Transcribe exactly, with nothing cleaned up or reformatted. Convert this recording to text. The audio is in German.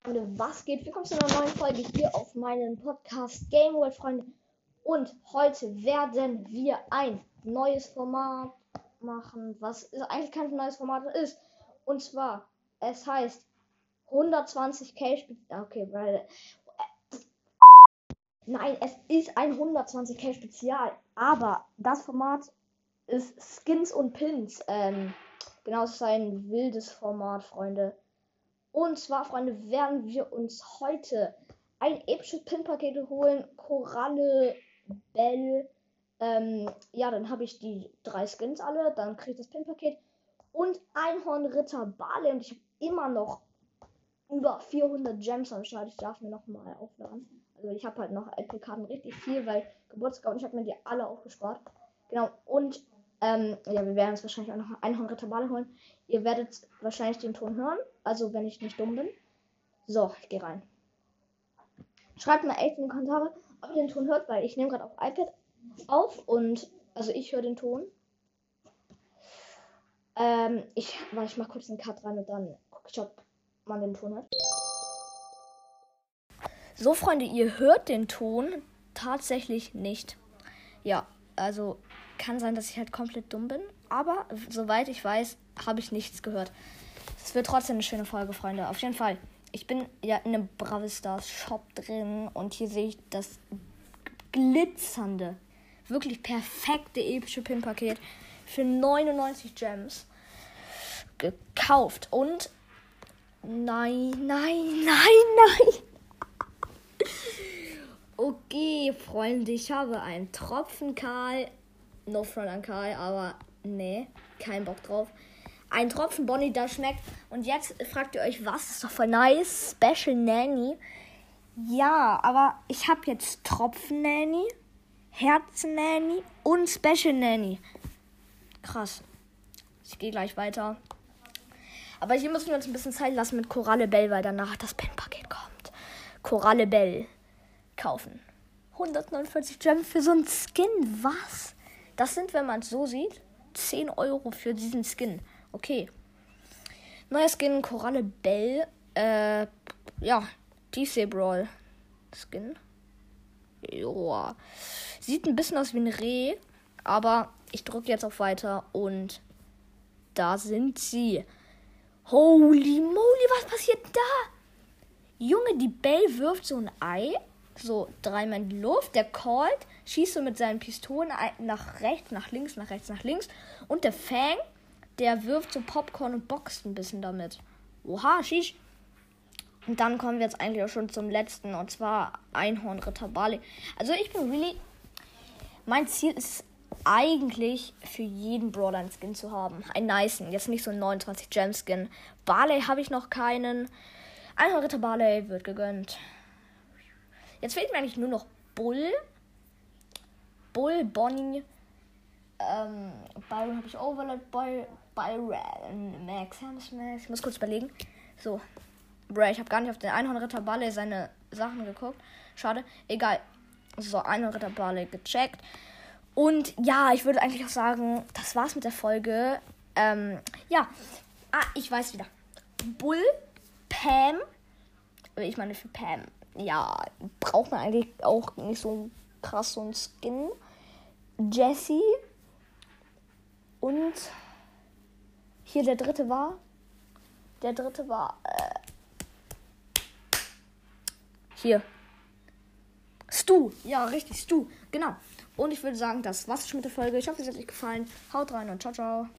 Freunde, was geht? Willkommen zu einer neuen Folge hier auf meinem Podcast Game World, Freunde. Und heute werden wir ein neues Format machen, was eigentlich kein neues Format ist. Und zwar, es heißt hundertzwanzig K Spezial. Okay, weil nein, es ist ein hundertzwanzig K Spezial, aber das Format ist Skins und Pins. Ähm, genau, es ist ein wildes Format, Freunde. Und zwar, Freunde, werden wir uns heute ein episches Pin-Paket holen. Koralle, Bell. Ähm, ja, dann habe ich die drei Skins alle. Dann kriege ich das Pin-Paket. Und Einhornritter Barley. Und ich habe immer noch über vierhundert Gems am Start. Ich darf mir noch mal aufladen. Also ich habe halt noch Apple-Karten richtig viel, weil Geburtstag und ich habe mir die alle aufgespart. Genau. Und ähm, ja, wir werden uns wahrscheinlich auch noch Einhornritter Barley holen. Ihr werdet wahrscheinlich den Ton hören. Also, wenn ich nicht dumm bin. So, ich gehe rein. Schreibt mal echt in die Kommentare, ob ihr den Ton hört, weil ich nehme gerade auf iPad auf und also ich höre den Ton. Ähm, ich, weil ich mach kurz einen Cut rein und dann gucke ich, ob man den Ton hört. So, Freunde, ihr hört den Ton tatsächlich nicht. Ja, also kann sein, dass ich halt komplett dumm bin, aber soweit ich weiß, habe ich nichts gehört. Es wird trotzdem eine schöne Folge, Freunde. Auf jeden Fall. Ich bin ja in einem Brawl Stars Shop drin und hier sehe ich das glitzernde, wirklich perfekte epische Pin-Paket für neunundneunzig Gems gekauft. Und nein, nein, nein, nein. Okay, Freunde, ich habe einen Tropfen Karl. No front an Karl, aber nee, kein Bock drauf. Ein Tropfen Bonnie, das schmeckt. Und jetzt fragt ihr euch, was ist doch voll nice? Special Nanny. Ja, aber ich habe jetzt Tropfen Nanny, Herzen Nanny und Special Nanny. Krass. Ich gehe gleich weiter. Aber hier müssen wir uns ein bisschen Zeit lassen mit Koralle Bell, weil danach das Pin-Paket kommt. Koralle Bell kaufen. hundertneunundvierzig Gems für so einen Skin. Was? Das sind, wenn man es so sieht, zehn Euro für diesen Skin. Okay. Neuer Skin, Koralle Bell. Äh, ja, Tiefsee Brawl Skin. Joa. Sieht ein bisschen aus wie ein Reh. Aber ich drücke jetzt auf Weiter und da sind sie. Holy moly, was passiert da? Junge, die Bell wirft so ein Ei. So dreimal in die Luft. Der callt, schießt so mit seinen Pistolen nach rechts, nach links, nach rechts, nach links. Und der Fang, der wirft so Popcorn und boxt ein bisschen damit. Oha, schieß. Und dann kommen wir jetzt eigentlich auch schon zum letzten. Und zwar Einhornritter Barley. Also ich bin really... Mein Ziel ist eigentlich für jeden Brawler einen Skin zu haben. Einen nicen. Jetzt nicht so einen neunundzwanzig Gem Skin. Barley habe ich noch keinen. Einhornritter Barley wird gegönnt. Jetzt fehlt mir eigentlich nur noch Bull. Bull, Bonnie. Ähm, Byron habe ich Overlord, By, Byron, Max, Max. Ich muss kurz überlegen. So. Bruh, ich habe gar nicht auf den Einhornritter Barley seine Sachen geguckt. Schade. Egal. So, Einhornritter Barley gecheckt. Und ja, ich würde eigentlich auch sagen, das war's mit der Folge. Ähm, ja. Ah, ich weiß wieder. Bull, Pam. Ich meine für Pam. Ja, braucht man eigentlich auch nicht so krass so einen Skin. Jessie. Und hier der dritte war. Der dritte war. Äh, hier. Stu. Ja, richtig, Stu. Genau. Und ich würde sagen, das war's schon mit der Folge. Ich hoffe, es hat euch gefallen. Haut rein und ciao, ciao.